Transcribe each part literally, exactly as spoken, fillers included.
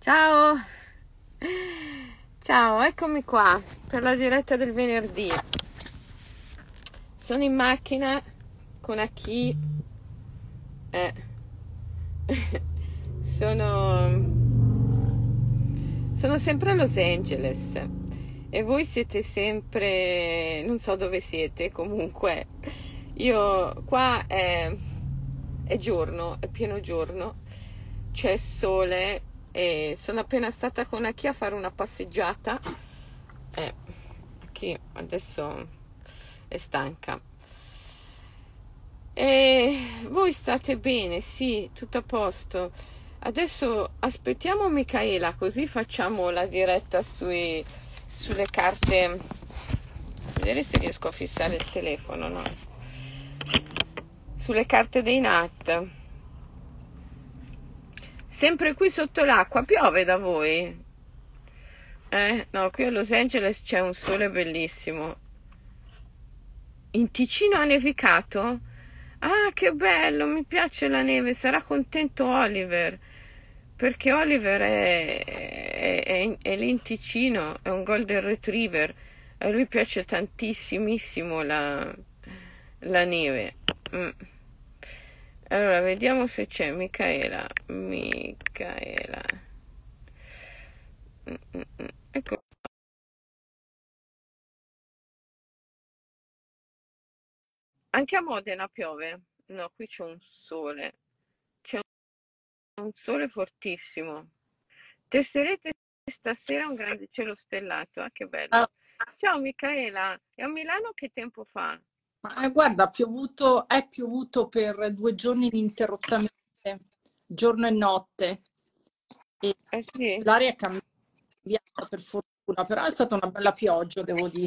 Ciao, ciao, eccomi qua per la diretta del venerdì. Sono in macchina con Aki, eh, sono, sono sempre a Los Angeles e voi siete sempre, non so dove siete, comunque io qua è, è giorno, è pieno giorno, c'è sole e sono appena stata con Aki a fare una passeggiata. Eh, Aki adesso è stanca. E voi state bene? Sì, tutto a posto. Adesso aspettiamo Micaela, così facciamo la diretta sui, sulle carte. Vedere se riesco a fissare il telefono, no? Sulle carte dei N A T. Sempre qui sotto l'acqua, piove da voi? Eh, no, qui a Los Angeles c'è un sole bellissimo. In Ticino ha nevicato? Ah, che bello, mi piace la neve, sarà contento Oliver, perché Oliver è, è, è, è lì in Ticino, è un Golden Retriever, a lui piace tantissimissimo la, la neve. Mm. Allora, vediamo se c'è Micaela. Micaela. Mm, mm, mm. Ecco. Anche a Modena piove? No, qui c'è un sole. C'è un sole fortissimo. Testerete stasera un grande cielo stellato. Ah, che Ah, bello. Ciao Micaela. E a Milano che tempo fa? ma, eh, guarda, ha piovuto, è piovuto per due giorni ininterrottamente, giorno e notte, e Eh sì. l'aria è cambiata per fortuna, però è stata una bella pioggia, devo dire.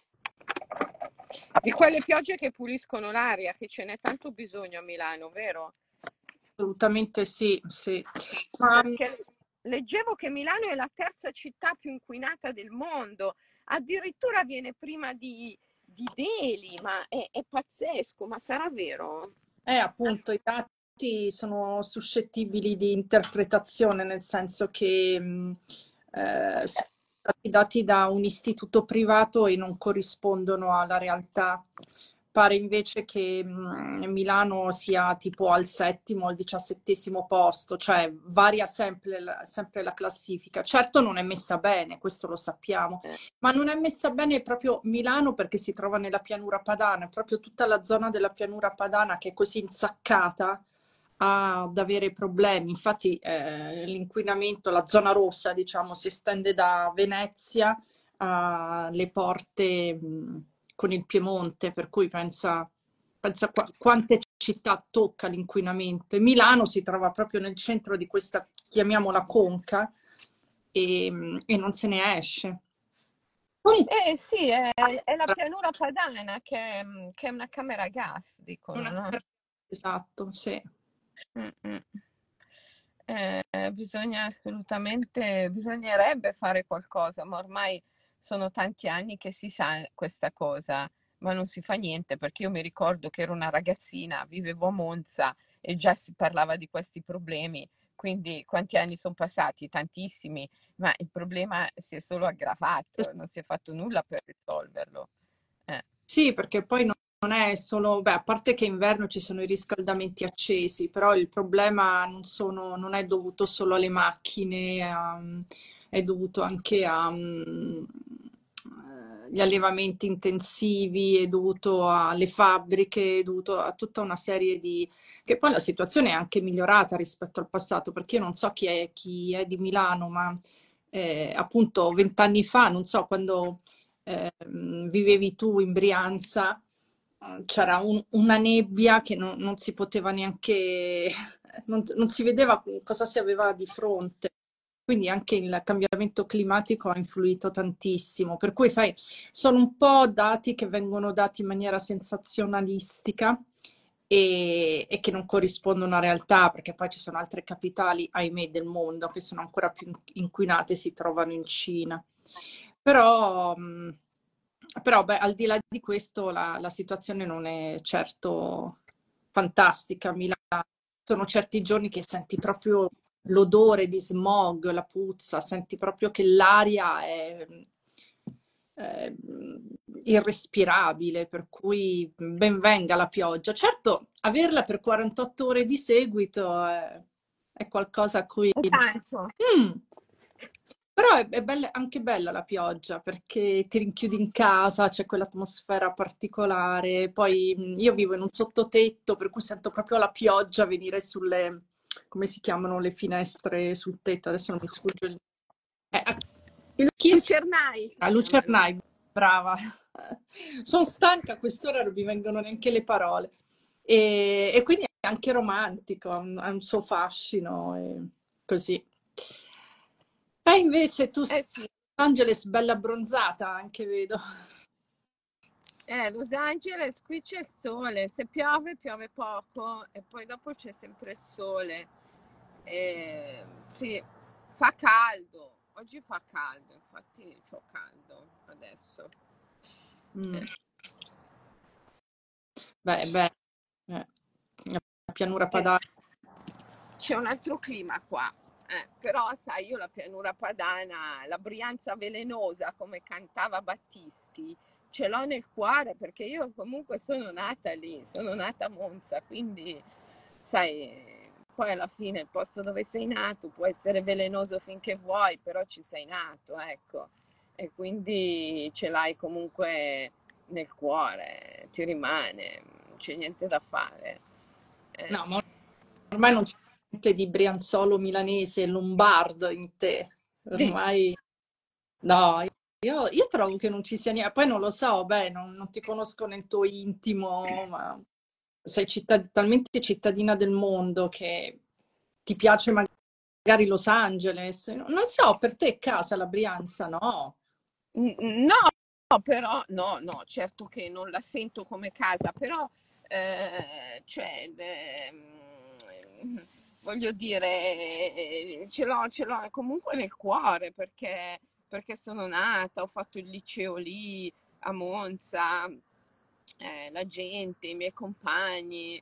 Di quelle piogge che puliscono l'aria, che ce n'è tanto bisogno a Milano, vero? Assolutamente sì, sì. Ma mm, Perché leggevo che Milano è la terza città più inquinata del mondo, addirittura viene prima di, di Delhi, ma è, è pazzesco, ma sarà vero? eh, appunto, i dati sono suscettibili di interpretazione, nel senso che mm, eh, sono stati dati da un istituto privato e non corrispondono alla realtà. Pare invece che mm, Milano sia tipo al settimo o al diciassettesimo posto, cioè varia sempre, la- sempre la classifica. Certo non è messa bene, questo lo sappiamo, Eh, ma non è messa bene proprio Milano perché si trova nella pianura padana, è proprio tutta la zona della pianura padana che è così insaccata ad avere problemi. Infatti eh, l'inquinamento, la zona rossa, diciamo, si estende da Venezia alle porte mh, con il Piemonte, per cui pensa, pensa qua- quante città tocca l'inquinamento. E Milano si trova proprio nel centro di questa, chiamiamola conca, e, e non se ne esce. Poi eh sì, è, è la pianura padana che, è che è una camera a gas, dicono, una no? esatto, sì. Mm, mm. Eh, bisogna assolutamente, bisognerebbe fare qualcosa, ma ormai sono tanti anni che si sa questa cosa, ma non si fa niente perché io mi ricordo che ero una ragazzina, vivevo a Monza e già si parlava di questi problemi, quindi quanti anni sono passati? Tantissimi, ma il problema si è solo aggravato, non si è fatto nulla per risolverlo. Eh, Sì, perché poi non non è solo, beh, a parte che inverno ci sono i riscaldamenti accesi, però il problema non sono, non è dovuto solo alle macchine, a- è dovuto anche agli allevamenti intensivi, è dovuto alle fabbriche, è dovuto a tutta una serie di... che poi la situazione è anche migliorata rispetto al passato, perché io non so chi è, chi è di Milano, ma eh, appunto vent'anni fa, non so, quando ehm, vivevi tu in Brianza, eh, c'era un- una nebbia che non, non si poteva neanche, non, non si vedeva cosa si aveva di fronte. Quindi anche il cambiamento climatico ha influito tantissimo. Per cui, sai, sono un po' dati che vengono dati in maniera sensazionalistica e, e che non corrispondono a realtà, perché poi ci sono altre capitali, ahimè, del mondo che sono ancora più inquinate e si trovano in Cina. Però, mh, però beh, al di là di questo, la, la situazione non è certo fantastica. A Milano sono certi giorni che senti proprio l'odore di smog, la puzza, senti proprio che l'aria è, è irrespirabile, per cui ben venga la pioggia. Certo, averla per quarantotto ore di seguito è, è qualcosa a cui... Tanto. Mm. Però è, è bella- anche bella la pioggia perché ti rinchiudi in casa, c'è quell'atmosfera particolare. Poi mh, io vivo in un sottotetto, per cui sento proprio la pioggia venire sulle, come si chiamano le finestre sul tetto? Adesso non mi sfugge il... Eh, a I chi è lucernai si a chiamano. Lucernai, brava. Sono stanca, a quest'ora non mi vengono neanche le parole. E, e quindi è anche romantico, ha un, ha un suo fascino e così. E invece tu, Los Eh sì, Angeles, bella abbronzata anche, vedo. eh, Los Angeles, qui c'è il sole, se piove piove poco e poi dopo c'è sempre il sole. Eh, sì, fa caldo, oggi fa caldo, infatti c'ho caldo adesso. Mm. Eh, Beh, beh, eh, la pianura eh, padana. c'è un altro clima qua, eh, però sai, io la pianura padana, la Brianza velenosa, come cantava Battisti, ce l'ho nel cuore perché io comunque sono nata lì, sono nata a Monza, quindi sai, poi alla fine il posto dove sei nato può essere velenoso finché vuoi, però ci sei nato, ecco, e quindi ce l'hai comunque nel cuore, ti rimane, non c'è niente da fare. Eh, No, ma ormai non c'è niente di brianzolo milanese, lombardo in te. Ormai no, io, io trovo che non ci sia niente. Poi non lo so, beh, non, non ti conosco nel tuo intimo, ma sei cittad- talmente cittadina del mondo che ti piace magari Los Angeles. Non so, per te è casa la Brianza, no? N- No, no, però no, no, certo che non la sento come casa, però eh, cioè, ehm, voglio dire, eh, ce l'ho, ce l'ho comunque nel cuore perché, perché sono nata, ho fatto il liceo lì a Monza, eh, la gente, i miei compagni,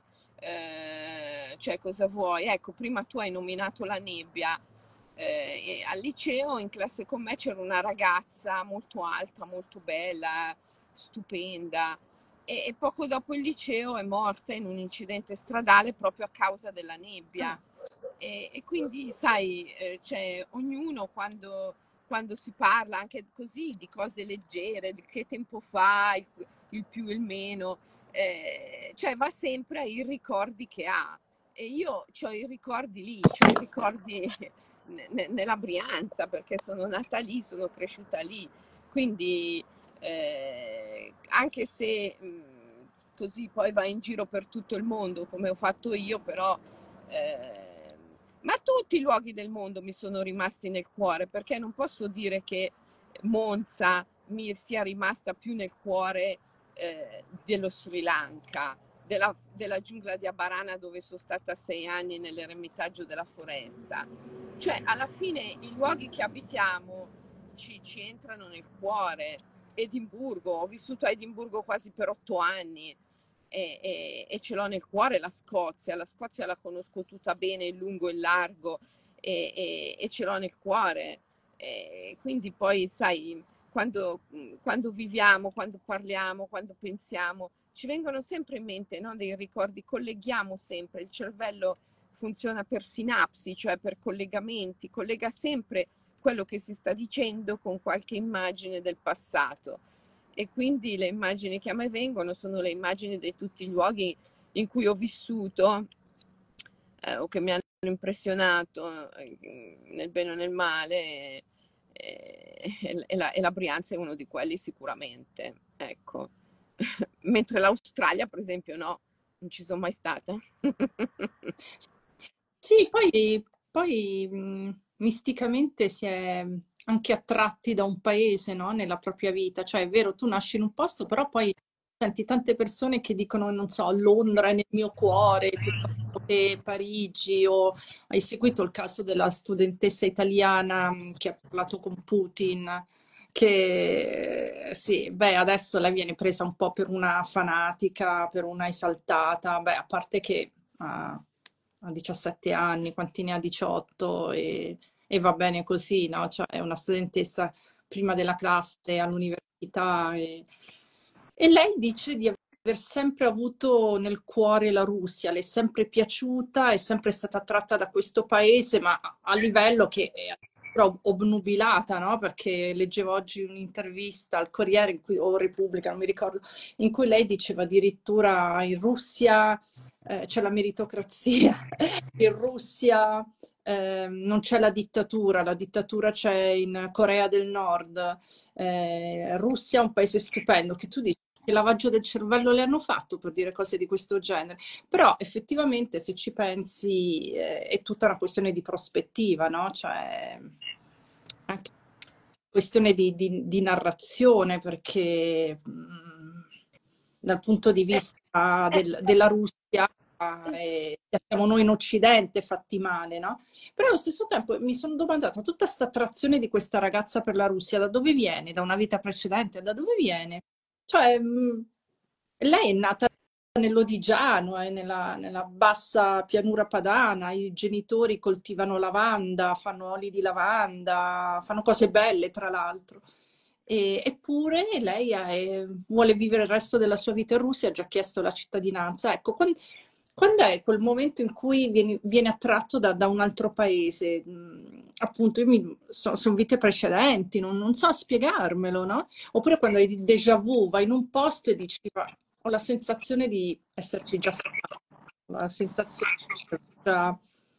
eh, cioè cosa vuoi? Ecco, prima tu hai nominato la nebbia. Eh, e al liceo in classe con me c'era una ragazza molto alta, molto bella, stupenda e, e poco dopo il liceo è morta in un incidente stradale proprio a causa della nebbia. Ah, E, e quindi, sai, eh, cioè, ognuno quando, quando si parla anche così di cose leggere, di che tempo fa, il, il più e il meno, eh, cioè va sempre ai ricordi che ha. E io ho i ricordi lì, ho i ricordi nella Brianza perché sono nata lì, sono cresciuta lì. Quindi eh, anche se mh, così poi vai in giro per tutto il mondo come ho fatto io, però eh, ma tutti i luoghi del mondo mi sono rimasti nel cuore perché non posso dire che Monza mi sia rimasta più nel cuore eh, dello Sri Lanka, della, della giungla di Abarana dove sono stata sei anni nell'eremitaggio della foresta. Cioè, alla fine i luoghi che abitiamo ci, ci entrano nel cuore. Edimburgo, ho vissuto a Edimburgo quasi per otto anni e, e, e ce l'ho nel cuore la Scozia. La Scozia la conosco tutta bene, in lungo e in largo e, e, e ce l'ho nel cuore. E quindi poi, sai, quando, quando viviamo, quando parliamo, quando pensiamo, ci vengono sempre in mente, no, dei ricordi, colleghiamo sempre, il cervello funziona per sinapsi, cioè per collegamenti, collega sempre quello che si sta dicendo con qualche immagine del passato. E quindi le immagini che a me vengono sono le immagini di tutti i luoghi in cui ho vissuto eh, o che mi hanno impressionato eh, nel bene o nel male. E, e, la, e la Brianza è uno di quelli sicuramente, ecco. Mentre l'Australia, per esempio, no, non ci sono mai stata. sì, poi, poi mh, misticamente si è anche attratti da un paese, no? Nella propria vita. Cioè, è vero, tu nasci in un posto, però poi senti tante persone che dicono, non so, Londra è nel mio cuore, piuttosto che Parigi, o hai seguito il caso della studentessa italiana mh, che ha parlato con Putin, che sì, beh, adesso lei viene presa un po' per una fanatica, per una esaltata, beh, a parte che... ah, ha diciassette anni, quanti ne ha? diciotto e, e va bene così, no? Cioè è una studentessa prima della classe all'università e, e lei dice di aver sempre avuto nel cuore la Russia, le è sempre piaciuta, è sempre stata attratta da questo paese, ma a livello che è però obnubilata, no? Perché leggevo oggi un'intervista al Corriere in cui, o Repubblica, non mi ricordo, in cui lei diceva addirittura in Russia eh, c'è la meritocrazia, in Russia eh, non c'è la dittatura, la dittatura c'è in Corea del Nord, eh, Russia è un paese stupendo, che tu dici che lavaggio del cervello le hanno fatto per dire cose di questo genere, però effettivamente se ci pensi eh, è tutta una questione di prospettiva, no? Cioè anche questione di, di- di narrazione, perché mh, dal punto di Eh, vista eh, del- della Russia eh, siamo noi in Occidente fatti male, no? Però allo stesso tempo mi sono domandata, tutta questa attrazione di questa ragazza per la Russia, da dove viene? Da una vita precedente? Da dove viene? Cioè, mh, lei è nata nell'Odigiano, eh, nella, nella bassa pianura padana, i genitori coltivano lavanda, fanno oli di lavanda, fanno cose belle, tra l'altro. E- eppure lei è- vuole vivere il resto della sua vita in Russia, ha già chiesto la cittadinanza. Ecco, quan- quando, è quel momento in cui viene, viene attratto da, da un altro paese? Mm, appunto, io mi, so- sono vite precedenti, non, non so spiegarmelo, no? Oppure quando hai il déjà vu, vai in un posto e dici, "Ma ho la sensazione di esserci già stata, la sensazione di già...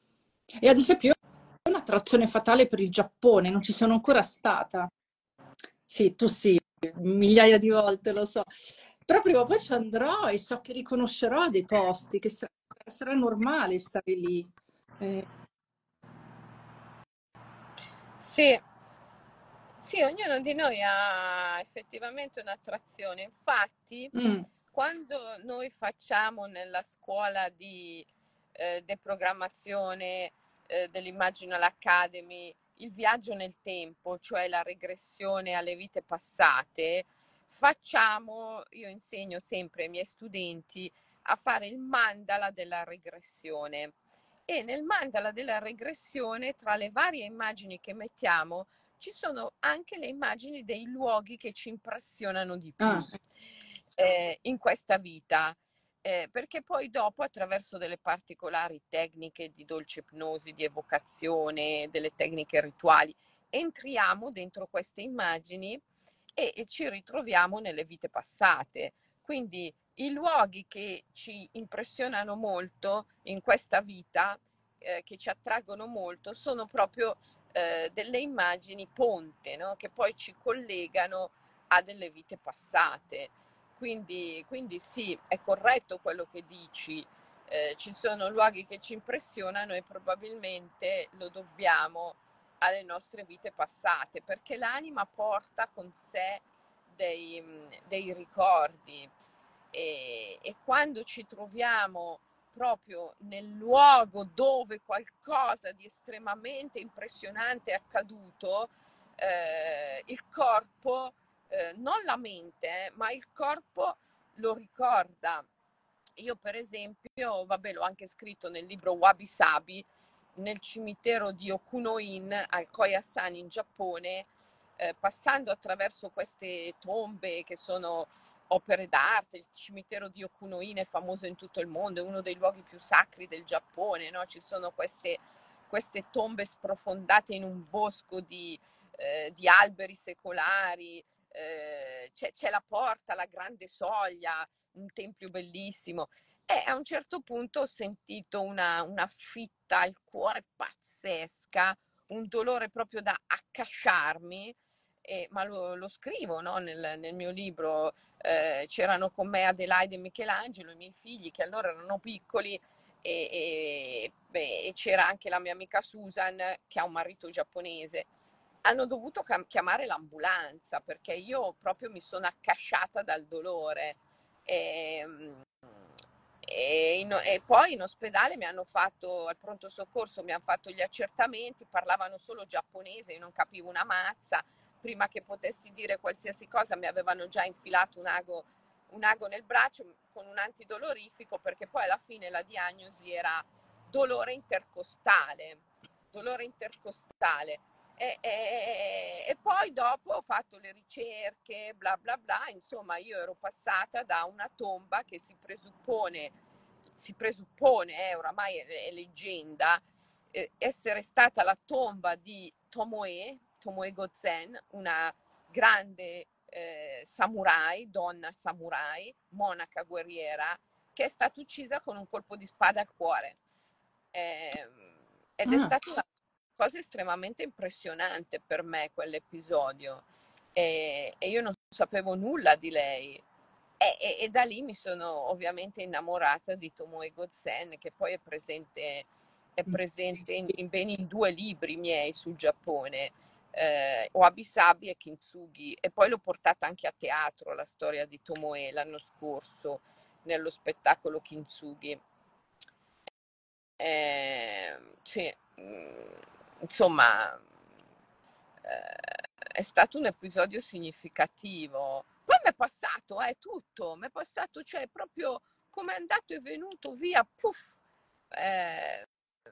E ad esempio, io ho un'attrazione fatale per il Giappone, non ci sono ancora stata. Sì, tu sì, migliaia di volte, lo so. Però prima o poi ci andrò e so che riconoscerò dei posti, che sa- sarà normale stare lì. Eh, sì, sì, ognuno di noi ha effettivamente un'attrazione. Infatti, mm, quando noi facciamo nella scuola di eh, deprogrammazione eh, dell'Imaginal Academy il viaggio nel tempo, cioè la regressione alle vite passate, facciamo, io insegno sempre ai miei studenti a fare il mandala della regressione. E nel mandala della regressione, tra le varie immagini che mettiamo, ci sono anche le immagini dei luoghi che ci impressionano di più ah, eh, in questa vita. Eh, perché poi dopo, attraverso delle particolari tecniche di dolce ipnosi, di evocazione, delle tecniche rituali, entriamo dentro queste immagini e, e ci ritroviamo nelle vite passate. Quindi i luoghi che ci impressionano molto in questa vita, eh, che ci attraggono molto, sono proprio eh, delle immagini ponte, no? Che poi ci collegano a delle vite passate. Quindi, quindi sì, è corretto quello che dici. Eh, ci sono luoghi che ci impressionano e probabilmente lo dobbiamo alle nostre vite passate, perché l'anima porta con sé dei, dei ricordi e, e quando ci troviamo proprio nel luogo dove qualcosa di estremamente impressionante è accaduto, eh, il corpo, eh, non la mente, eh, ma il corpo lo ricorda. Io per esempio, vabbè, l'ho anche scritto nel libro Wabi Sabi, nel cimitero di Okuno-in al Koyasan in Giappone, eh, passando attraverso queste tombe che sono opere d'arte. Il cimitero di Okuno-in è famoso in tutto il mondo, è uno dei luoghi più sacri del Giappone, no? Ci sono queste, queste tombe sprofondate in un bosco di, eh, di alberi secolari, eh, c'è, c'è la porta, la grande soglia, un tempio bellissimo. E a un certo punto ho sentito una, una fitta al cuore pazzesca, un dolore proprio da accasciarmi, e, ma lo, lo scrivo, no? nel, nel, mio libro. Eh, c'erano con me Adelaide e Michelangelo, i miei figli, che allora erano piccoli, e, e, beh, e c'era anche la mia amica Susan, che ha un marito giapponese. Hanno dovuto chiamare l'ambulanza perché io proprio mi sono accasciata dal dolore. E, e, in, e, poi in ospedale mi hanno fatto, al pronto soccorso mi hanno fatto gli accertamenti, parlavano solo giapponese, io non capivo una mazza, prima che potessi dire qualsiasi cosa mi avevano già infilato un ago, un ago nel braccio con un antidolorifico, perché poi alla fine la diagnosi era dolore intercostale, dolore intercostale. E, e, e poi dopo ho fatto le ricerche, bla bla bla, insomma io ero passata da una tomba che si presuppone, si presuppone, eh, oramai è, è leggenda, eh, essere stata la tomba di Tomoe, Tomoe Gozen, una grande eh, samurai, donna samurai, monaca guerriera, che è stata uccisa con un colpo di spada al cuore. Eh, ed è Ah, stata una cosa estremamente impressionante per me quell'episodio. E, e io non sapevo nulla di lei. E, e, e da lì mi sono ovviamente innamorata di Tomoe Gozen, che poi è presente, è presente in, in ben in due libri miei sul Giappone, eh, Wabi-Sabi e Kintsugi, e poi l'ho portata anche a teatro, la storia di Tomoe, l'anno scorso, nello spettacolo Kintsugi. Eh, sì, mm, insomma, eh, è stato un episodio significativo. Poi mi è passato, è eh, tutto, mi è passato, cioè proprio come è andato e venuto via, puff. Eh,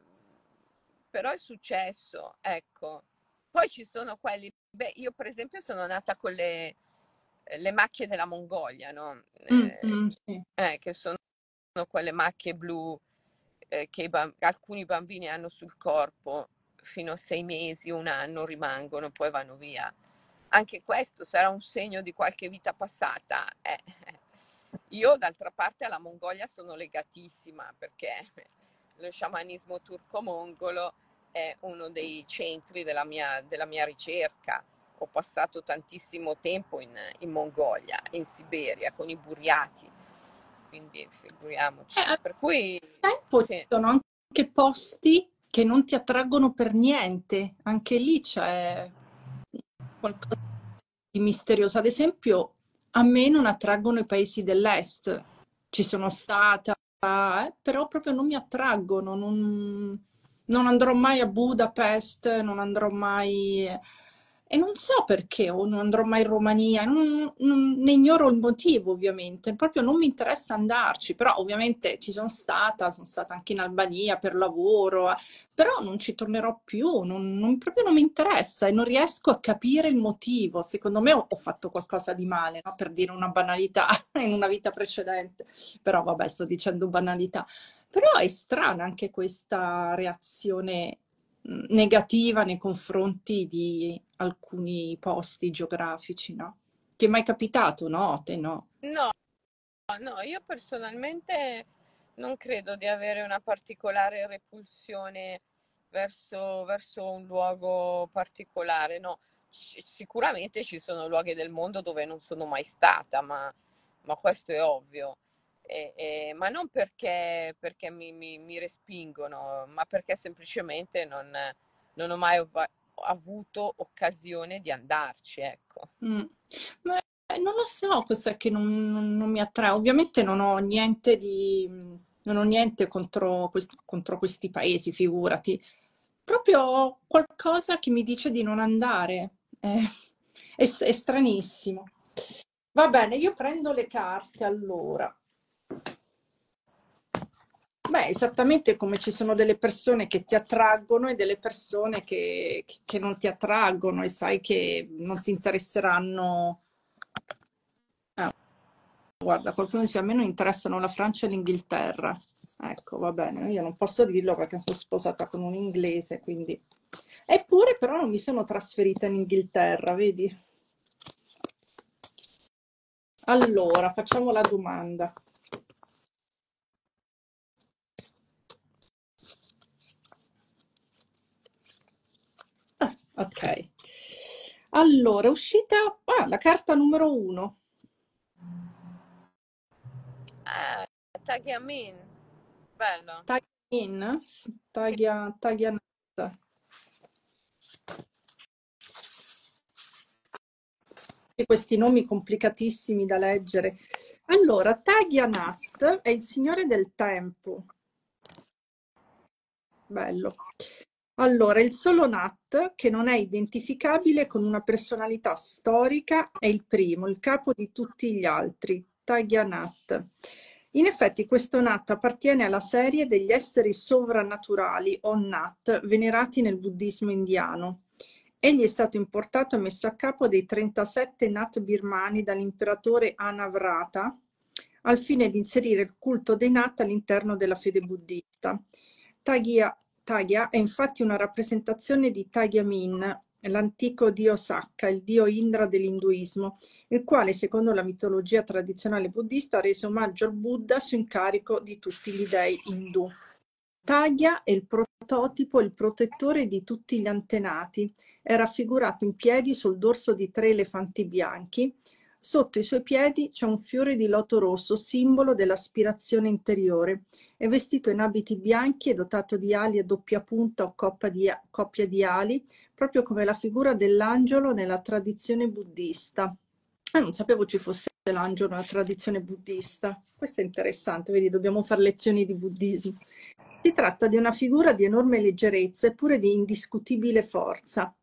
però è successo, ecco. Poi ci sono quelli, beh, io per esempio sono nata con le, le macchie della Mongolia, no? mm, Eh, mm, sì. eh, che sono quelle macchie blu eh, che i bamb- alcuni bambini hanno sul corpo fino a sei mesi, un anno rimangono, poi vanno via. Anche questo sarà un segno di qualche vita passata. Eh, io d'altra parte alla Mongolia sono legatissima perché lo sciamanismo turco-mongolo è uno dei centri della mia, della mia ricerca. Ho passato tantissimo tempo in, in Mongolia, in Siberia, con i buriati, quindi Eh, figuriamoci. al Per cui tempo ci sì, sono anche posti che non ti attraggono per niente, anche lì c'è qualcosa di misterioso. Ad esempio, a me non attraggono i paesi dell'est. Ci sono stata, eh, però proprio non mi attraggono. Non, non andrò mai a Budapest, non andrò mai... E non so perché, o non andrò mai in Romania, non, non- ne ignoro il motivo ovviamente, proprio non mi interessa andarci, però ovviamente ci sono stata, sono stata anche in Albania per lavoro, eh, però non ci tornerò più, non, non- proprio non mi interessa e non riesco a capire il motivo. Secondo me ho, ho fatto qualcosa di male, no? Per dire una banalità in una vita precedente, però vabbè, sto dicendo banalità. Però è strana anche questa reazione mh, negativa nei confronti di alcuni posti geografici, no? Ti è mai capitato? No, a te no. no, no, io personalmente non credo di avere una particolare repulsione verso, verso un luogo particolare, no. C- sicuramente ci sono luoghi del mondo dove non sono mai stata, ma, ma questo è ovvio. E- e- ma non perché, perché mi, mi- mi respingono, ma perché semplicemente non, non ho mai ov- avuto occasione di andarci, ecco. Mm. Ma, eh, non lo so cos'è che non, non- non mi attrae. Ovviamente non ho niente di, non ho niente contro, quest- contro questi paesi, figurati. Proprio qualcosa che mi dice di non andare. Eh, è, è stranissimo. Va bene, io prendo le carte allora. Beh, esattamente come ci sono delle persone che ti attraggono e delle persone che, che non ti attraggono e sai che non ti interesseranno. Ah, guarda, qualcuno dice a me non interessano la Francia e l'Inghilterra. Ecco, va bene, io non posso dirlo perché sono sposata con un inglese, quindi... Eppure però non mi sono trasferita in Inghilterra, vedi? Allora, facciamo la domanda. Ah, ok. Allora, è uscita ah, la carta numero uno. Ah, Tagliamin, bello. Taglia in, taglia, taglia nata. E questi nomi complicatissimi da leggere. Allora, Taglianat è il signore del tempo. Bello. Allora, il solo Nat, che non è identificabile con una personalità storica, è il primo, il capo di tutti gli altri, Taglianat. In effetti questo Nat appartiene alla serie degli esseri sovrannaturali o Nat venerati nel buddismo indiano. Egli è stato importato e messo a capo dei trentasette Nat birmani dall'imperatore Anavrata al fine di inserire il culto dei Nat all'interno della fede buddista. Tagya, Tagya è infatti una rappresentazione di Tagyamin, l'antico dio Sakka, il dio Indra dell'induismo, il quale, secondo la mitologia tradizionale buddista, rese omaggio al Buddha su incarico di tutti gli dei indù. Tagya è il prototipo e il protettore di tutti gli antenati. È raffigurato in piedi sul dorso di tre elefanti bianchi. Sotto i suoi piedi c'è un fiore di loto rosso, simbolo dell'aspirazione interiore. È vestito in abiti bianchi e dotato di ali a doppia punta o coppia di, coppia di ali, proprio come la figura dell'angelo nella tradizione buddista. Ah, non sapevo ci fosse l'angelo nella tradizione buddista. Questo è interessante, vedi, dobbiamo fare lezioni di buddismo. Si tratta di una figura di enorme leggerezza eppure di indiscutibile forza.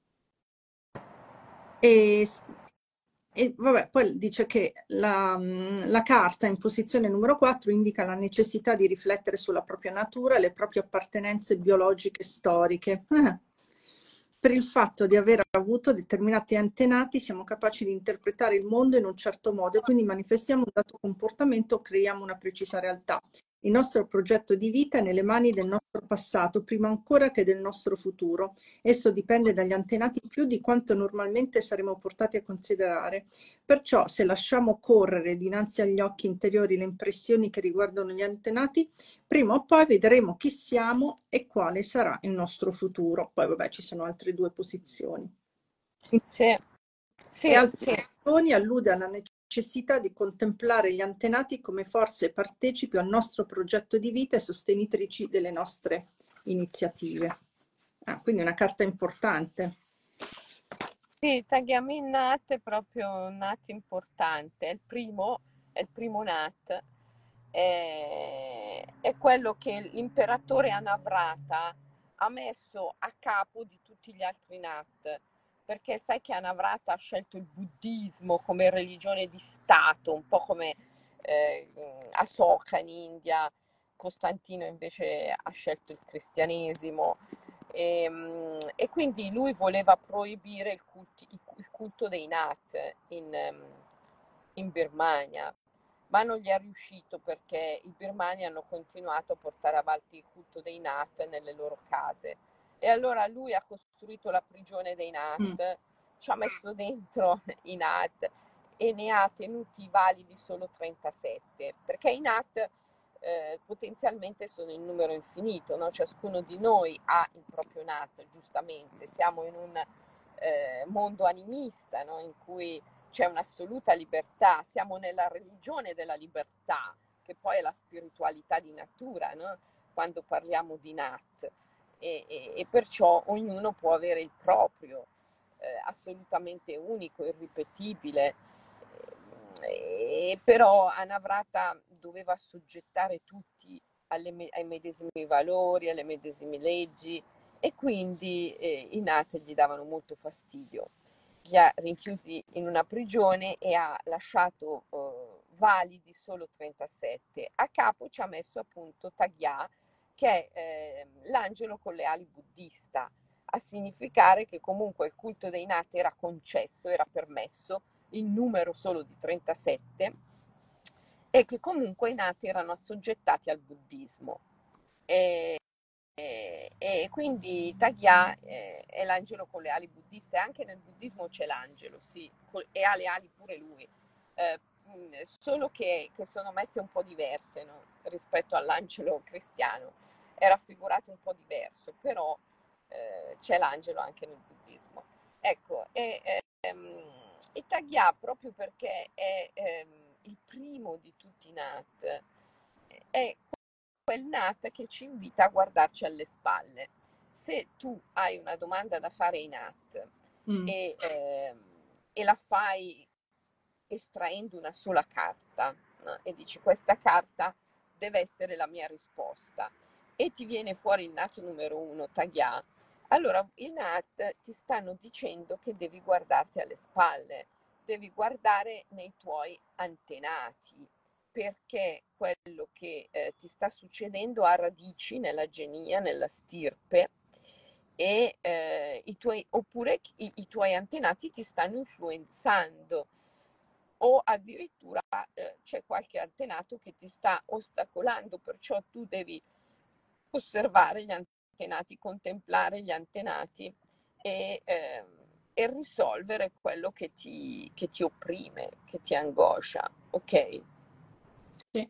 E, e vabbè, poi dice che la, la carta in posizione numero quattro indica la necessità di riflettere sulla propria natura e le proprie appartenenze biologiche e storiche. Eh. Per il fatto di aver avuto determinati antenati siamo capaci di interpretare il mondo in un certo modo e quindi manifestiamo un dato comportamento o creiamo una precisa realtà. Il nostro progetto di vita è nelle mani del nostro passato, prima ancora che del nostro futuro. Esso dipende dagli antenati più di quanto normalmente saremo portati a considerare. Perciò, se lasciamo correre dinanzi agli occhi interiori le impressioni che riguardano gli antenati, prima o poi vedremo chi siamo e quale sarà il nostro futuro. Poi, vabbè, ci sono altre due posizioni. Sì, E sì, altre sì. posizioni allude alla necessità di contemplare gli antenati come forze partecipi al nostro progetto di vita e sostenitrici delle nostre iniziative. Ah, quindi una carta importante. Sì, Tagliamin Nat è proprio un Nat importante, è il primo, è il primo Nat, è, è quello che l'imperatore Anavrata ha messo a capo di tutti gli altri Nat, perché sai che Anavrata ha scelto il buddismo come religione di Stato, un po' come eh, Asoka in India, Costantino invece ha scelto il cristianesimo. E, mm, e quindi lui voleva proibire il, culti- il culto dei Nat in, ehm, in Birmania, ma non gli è riuscito perché i birmani hanno continuato a portare avanti il culto dei Nat nelle loro case. E allora lui ha costruito la prigione dei Mm. Nat, ci ha messo dentro i Nat e ne ha tenuti validi solo trentasette, perché i Nat eh, potenzialmente sono in numero infinito, no? Ciascuno di noi ha il proprio Nat, giustamente, siamo in un eh, mondo animista, no? In cui c'è un'assoluta libertà, siamo nella religione della libertà, che poi è la spiritualità di natura, no? Quando parliamo di Nat. E, e, e perciò ognuno può avere il proprio, eh, assolutamente unico, irripetibile. E però Anavrata doveva assoggettare tutti alle, ai medesimi valori, alle medesime leggi e quindi eh, i Nat gli davano molto fastidio. Li ha rinchiusi in una prigione e ha lasciato eh, validi solo trentasette. A capo ci ha messo appunto Tagya, che è eh, l'angelo con le ali buddista, a significare che comunque il culto dei Nat era concesso, era permesso, in numero solo di trentasette, e che comunque i Nati erano assoggettati al buddismo. E, e, e quindi Tagya eh, è l'angelo con le ali buddiste, anche nel buddismo c'è l'angelo, sì, e ha le ali pure lui, eh, solo che, che sono messe un po' diverse, no? Rispetto all'angelo cristiano, è raffigurato un po' diverso, però eh, c'è l'angelo anche nel buddismo. Ecco, e, ehm, e Tagya, proprio perché è ehm, il primo di tutti i Nat, è quel Nat che ci invita a guardarci alle spalle. Se tu hai una domanda da fare ai Nat Mm. e, ehm, e la fai estraendo una sola carta, no? E dici questa carta deve essere la mia risposta e ti viene fuori il Nat numero uno, Tagya, allora i Nat ti stanno dicendo che devi guardarti alle spalle, devi guardare nei tuoi antenati, perché quello che eh, ti sta succedendo ha radici nella genia, nella stirpe, e eh, i tuoi, oppure i, i tuoi antenati ti stanno influenzando, o addirittura eh, c'è qualche antenato che ti sta ostacolando, perciò tu devi osservare gli antenati, contemplare gli antenati e, eh, e risolvere quello che ti, che ti opprime, che ti angoscia, ok? Sì.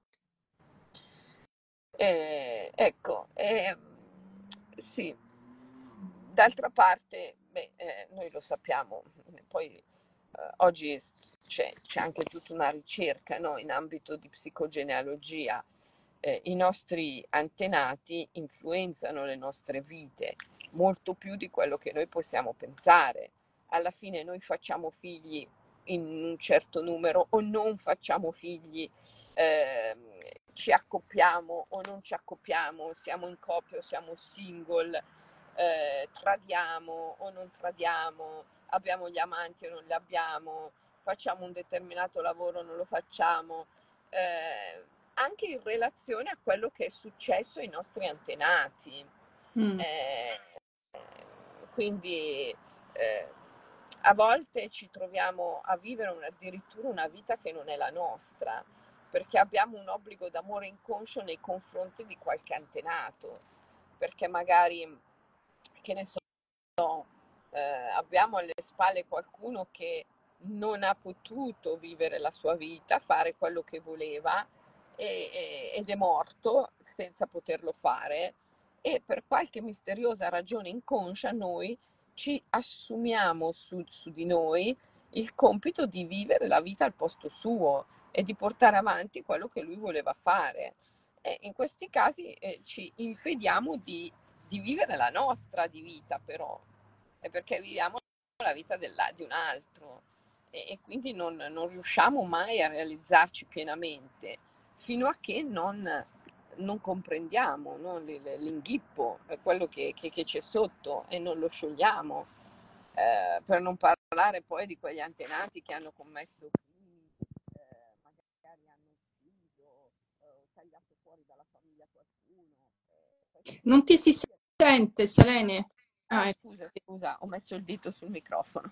Eh, ecco, eh, sì, d'altra parte, beh, eh, noi lo sappiamo, poi eh, oggi c'è, c'è anche tutta una ricerca, no, in ambito di psicogenealogia. Eh, I nostri antenati influenzano le nostre vite molto più di quello che noi possiamo pensare. Alla fine noi facciamo figli in un certo numero o non facciamo figli, eh, ci accoppiamo o non ci accoppiamo, siamo in coppia o siamo single, eh, tradiamo o non tradiamo, abbiamo gli amanti o non li abbiamo, facciamo un determinato lavoro o non lo facciamo, eh, anche in relazione a quello che è successo ai nostri antenati. Mm. Eh, quindi eh, a volte ci troviamo a vivere un, addirittura una vita che non è la nostra, perché abbiamo un obbligo d'amore inconscio nei confronti di qualche antenato, perché magari, che ne so, eh, abbiamo alle spalle qualcuno che non ha potuto vivere la sua vita, fare quello che voleva, e, e, ed è morto senza poterlo fare, e per qualche misteriosa ragione inconscia noi ci assumiamo su, su di noi il compito di vivere la vita al posto suo e di portare avanti quello che lui voleva fare. E in questi casi eh, ci impediamo di, di vivere la nostra di vita, però, è perché viviamo la vita della, di un altro, e, e quindi non, non riusciamo mai a realizzarci pienamente fino a che non, non comprendiamo, no? L'inghippo, quello che, che, che c'è sotto, e non lo sciogliamo. Eh, per non parlare poi di quegli antenati che hanno commesso crimini, eh, magari hanno ucciso, eh, tagliato fuori dalla famiglia qualcuno. Eh, Non ti si sente, Selene? Ah, Ah, ecco. scusa, scusa, ho messo il dito sul microfono.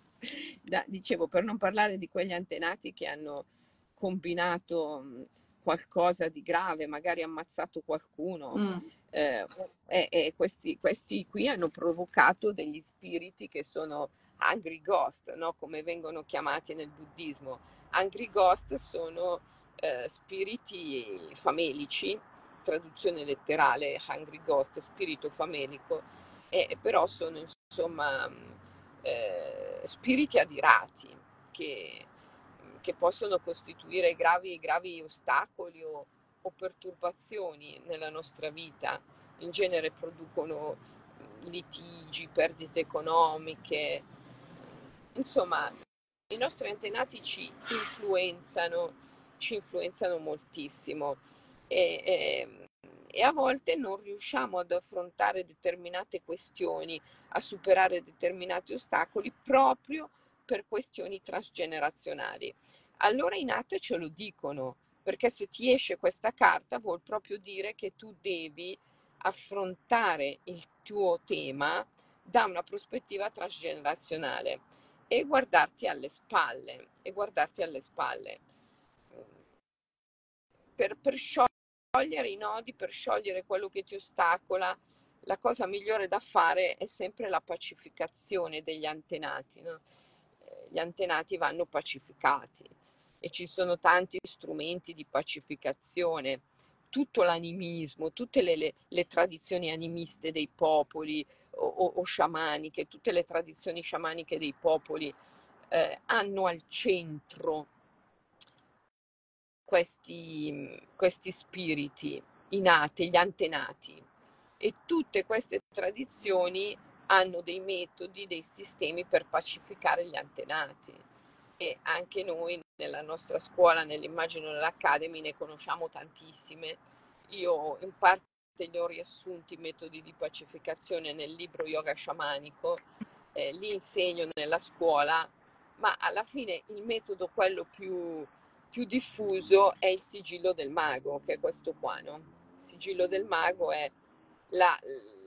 Da- dicevo, per non parlare di quegli antenati che hanno combinato mh, qualcosa di grave, magari ammazzato qualcuno, Mm. eh, e, e questi, questi qui hanno provocato degli spiriti che sono Angry Ghost, no? Come vengono chiamati nel buddismo. Angry Ghost sono eh, spiriti famelici, traduzione letterale, Hungry Ghost, spirito famelico, e però sono insomma eh, spiriti adirati che, che possono costituire gravi, gravi ostacoli o, o perturbazioni nella nostra vita. In genere producono litigi, perdite economiche, insomma, i nostri antenati ci influenzano, ci influenzano moltissimo, e, e, e a volte non riusciamo ad affrontare determinate questioni, a superare determinati ostacoli proprio per questioni transgenerazionali. Allora i nati ce lo dicono, perché se ti esce questa carta vuol proprio dire che tu devi affrontare il tuo tema da una prospettiva transgenerazionale e guardarti alle spalle, e guardarti alle spalle per, per sciogliere i nodi, per sciogliere quello che ti ostacola. La cosa migliore da fare è sempre la pacificazione degli antenati, no? Gli antenati vanno pacificati e ci sono tanti strumenti di pacificazione, tutto l'animismo, tutte le, le, le tradizioni animiste dei popoli o, o, o sciamaniche, tutte le tradizioni sciamaniche dei popoli eh, hanno al centro questi, questi spiriti, i nati, gli antenati, e tutte queste tradizioni hanno dei metodi, dei sistemi per pacificare gli antenati, e anche noi nella nostra scuola, nell'Imaginal Academy, ne conosciamo tantissime. Io in parte li ho riassunti i metodi di pacificazione nel libro Yoga Sciamanico, eh, li insegno nella scuola, ma alla fine il metodo quello più più diffuso è il sigillo del mago, che è questo qua, no? Il sigillo del mago è la,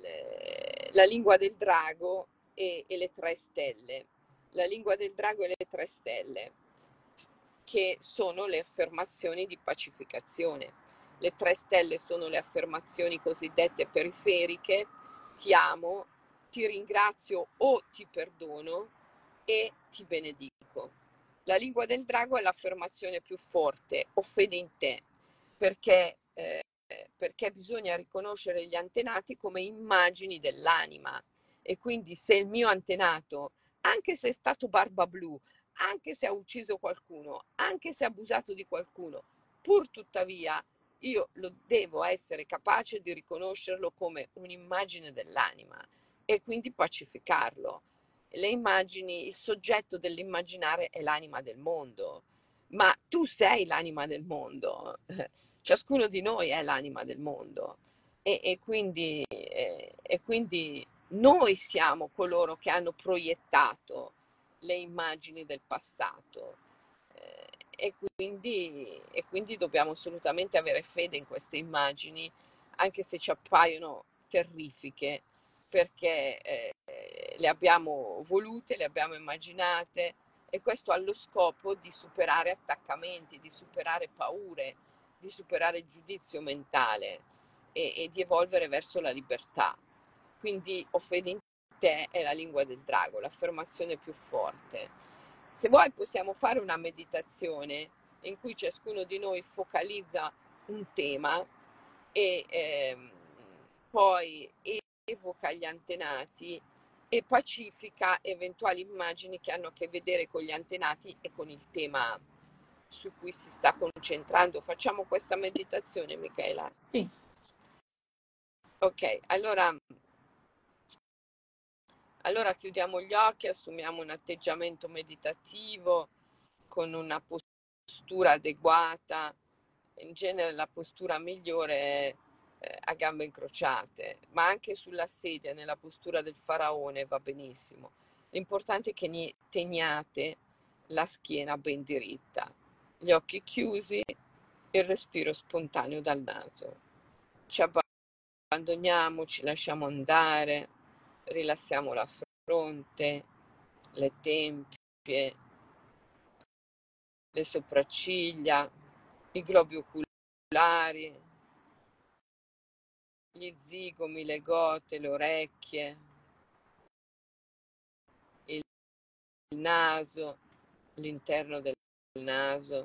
la lingua del drago e, e le tre stelle. La lingua del drago e le tre stelle, che sono le affermazioni di pacificazione. Le tre stelle sono le affermazioni cosiddette periferiche: ti amo, ti ringrazio o ti perdono e ti benedico. La lingua del drago è l'affermazione più forte: ho fede in te, perché, eh, perché bisogna riconoscere gli antenati come immagini dell'anima, e quindi se il mio antenato, anche se è stato barba blu, anche se ha ucciso qualcuno, anche se ha abusato di qualcuno, pur tuttavia io lo devo essere capace di riconoscerlo come un'immagine dell'anima e quindi pacificarlo. Le immagini, il soggetto dell'immaginare è l'anima del mondo, ma tu sei l'anima del mondo, ciascuno di noi è l'anima del mondo, e, e quindi, e, e quindi noi siamo coloro che hanno proiettato le immagini del passato, eh, e, quindi, e quindi dobbiamo assolutamente avere fede in queste immagini, anche se ci appaiono terrifiche, perché eh, le abbiamo volute, le abbiamo immaginate, e questo ha lo scopo di superare attaccamenti, di superare paure, di superare il giudizio mentale e, e di evolvere verso la libertà. Quindi ho fede in te è la lingua del drago, l'affermazione più forte. Se vuoi possiamo fare una meditazione in cui ciascuno di noi focalizza un tema e ehm, poi evoca gli antenati e pacifica eventuali immagini che hanno a che vedere con gli antenati e con il tema su cui si sta concentrando. Facciamo questa meditazione, Michela? Sì. Ok, allora, allora chiudiamo gli occhi, assumiamo un atteggiamento meditativo con una postura adeguata. In genere la postura migliore è eh, a gambe incrociate, ma anche sulla sedia, nella postura del faraone va benissimo. L'importante è che teniate la schiena ben diritta, gli occhi chiusi, il respiro spontaneo dal naso. Ci abbandoniamo, ci lasciamo andare, rilassiamo la fronte, le tempie, le sopracciglia, i globi oculari, gli zigomi, le gote, le orecchie, il naso, l'interno del naso,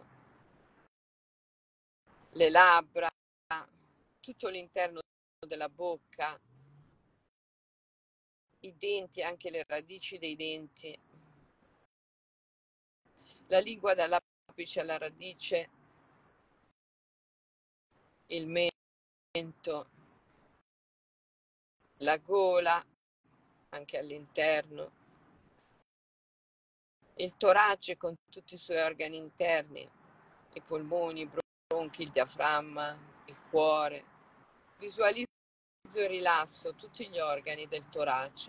le labbra, tutto l'interno della bocca, i denti, anche le radici dei denti, la lingua dall'apice alla radice, il mento, la gola, anche all'interno, il torace con tutti i suoi organi interni, i polmoni, i bronchi, il diaframma, il cuore. Visualizzo e rilasso tutti gli organi del torace.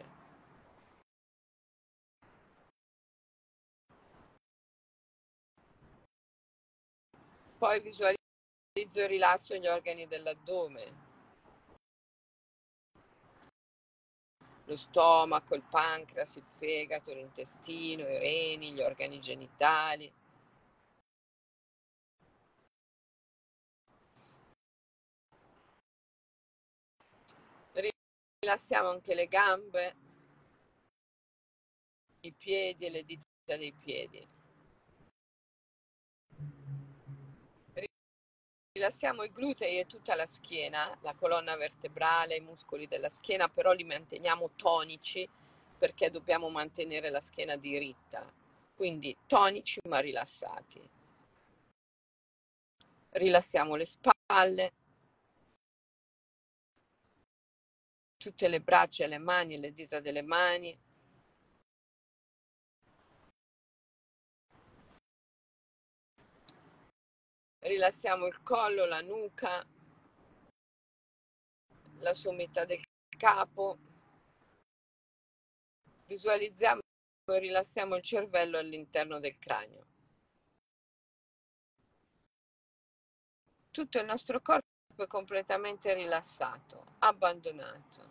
Poi visualizzo e rilasso gli organi dell'addome, lo stomaco, il pancreas, il fegato, l'intestino, i reni, gli organi genitali. Rilassiamo anche le gambe, i piedi e le dita dei piedi. Rilassiamo i glutei e tutta la schiena, la colonna vertebrale, i muscoli della schiena, però li manteniamo tonici perché dobbiamo mantenere la schiena diritta. Quindi tonici ma rilassati. Rilassiamo le spalle, tutte le braccia, le mani e le dita delle mani. Rilassiamo il collo, la nuca, la sommità del capo. Visualizziamo e rilassiamo il cervello all'interno del cranio. tutto il nostro corpo è completamente rilassato, abbandonato.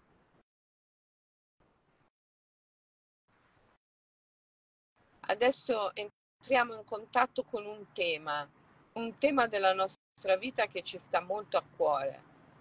Adesso entriamo in contatto con un tema, un tema della nostra vita che ci sta molto a cuore.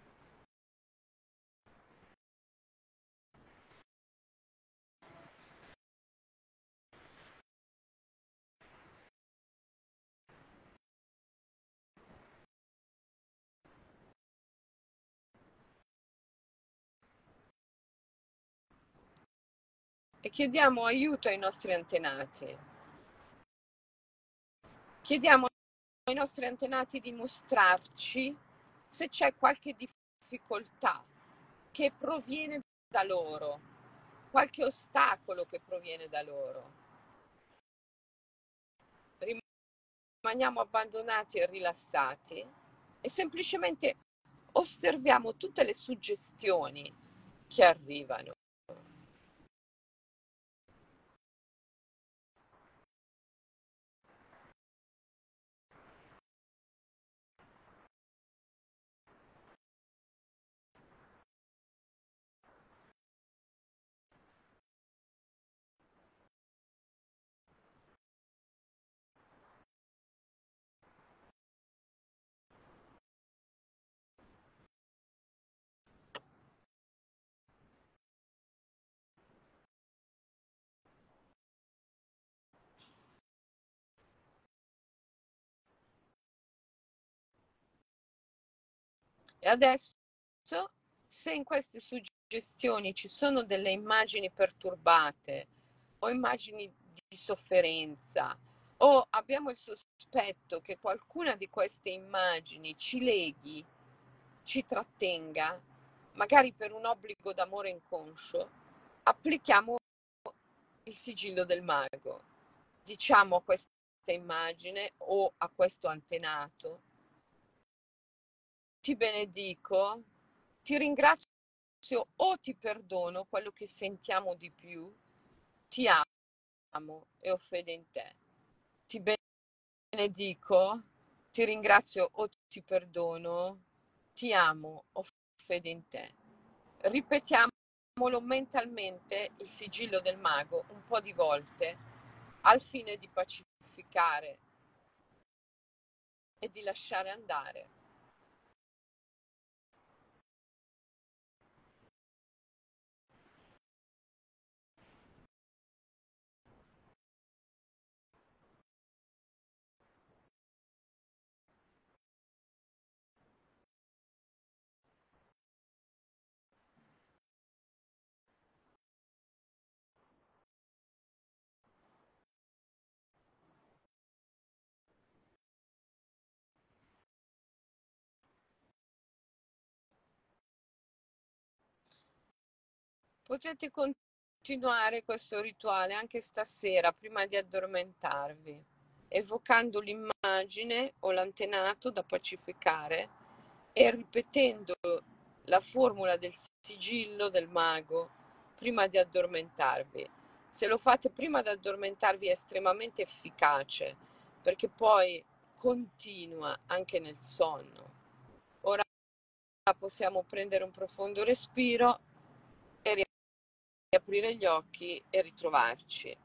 E chiediamo aiuto ai nostri antenati. Chiediamo ai nostri antenati di mostrarci se c'è qualche difficoltà che proviene da loro, qualche ostacolo che proviene da loro. Rimaniamo abbandonati e rilassati e semplicemente osserviamo tutte le suggestioni che arrivano. E adesso, se in queste suggestioni ci sono delle immagini perturbate o immagini di sofferenza, o abbiamo il sospetto che qualcuna di queste immagini ci leghi, ci trattenga, magari per un obbligo d'amore inconscio, applichiamo il sigillo del mago. Diciamo a questa immagine o a questo antenato: ti benedico, ti ringrazio o ti perdono quello che sentiamo di più, ti amo e ho fede in te. Ti benedico, ti ringrazio o ti perdono, ti amo, ho fede in te. Ripetiamolo mentalmente il sigillo del mago un po' di volte al fine di pacificare e di lasciare andare. Potete continuare questo rituale anche stasera prima di addormentarvi, evocando l'immagine o l'antenato da pacificare e ripetendo la formula del sigillo del mago prima di addormentarvi. Se lo fate prima di addormentarvi è estremamente efficace, perché poi continua anche nel sonno. Ora possiamo prendere un profondo respiro e aprire gli occhi e ritrovarci.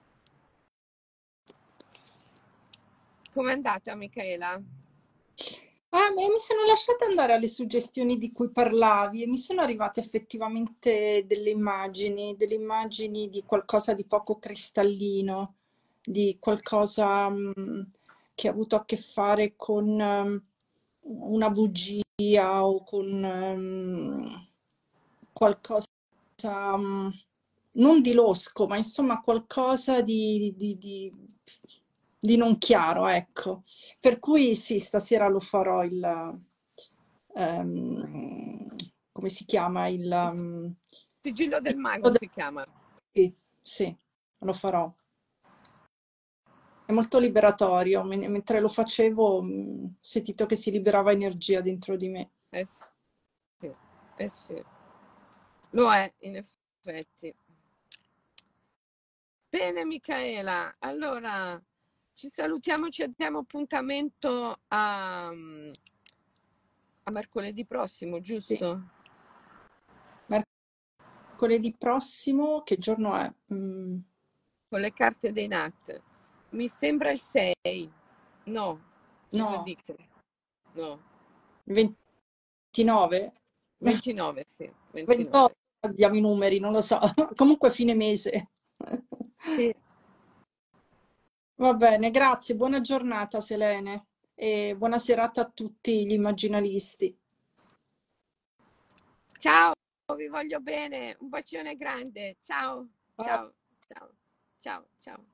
Com'è andata, Michaela? Ah, mi sono lasciata andare alle suggestioni di cui parlavi e mi sono arrivate effettivamente delle immagini, delle immagini di qualcosa di poco cristallino, di qualcosa mh, che ha avuto a che fare con um, una bugia o con um, qualcosa, um, non di losco, ma insomma qualcosa di, di, di, di non chiaro, ecco. Per cui sì, stasera lo farò il, ehm, come si chiama? Il, um, Sigillo del il- mago si chiama. Sì, sì, lo farò. È molto liberatorio. Men- Mentre lo facevo, mh, ho sentito che si liberava energia dentro di me. Eh sì, eh sì. Lo è, in effetti. Bene, Michaela. Allora, ci salutiamo, ci diamo appuntamento a, A mercoledì prossimo, Sì. giusto? Mercoledì prossimo, che giorno è? Mm, Con le carte dei Nat. Mi sembra il sei. No, te lo no, dico. No, ventinove? ventinove, sì, ventinove. ventotto, diamo i numeri, non lo so. Comunque fine mese. Sì. Va bene, grazie, buona giornata Selene e buona serata a tutti gli immaginalisti. Ciao, vi voglio bene. Un bacione grande. Ciao, Ciao. ciao, ciao, ciao, ciao.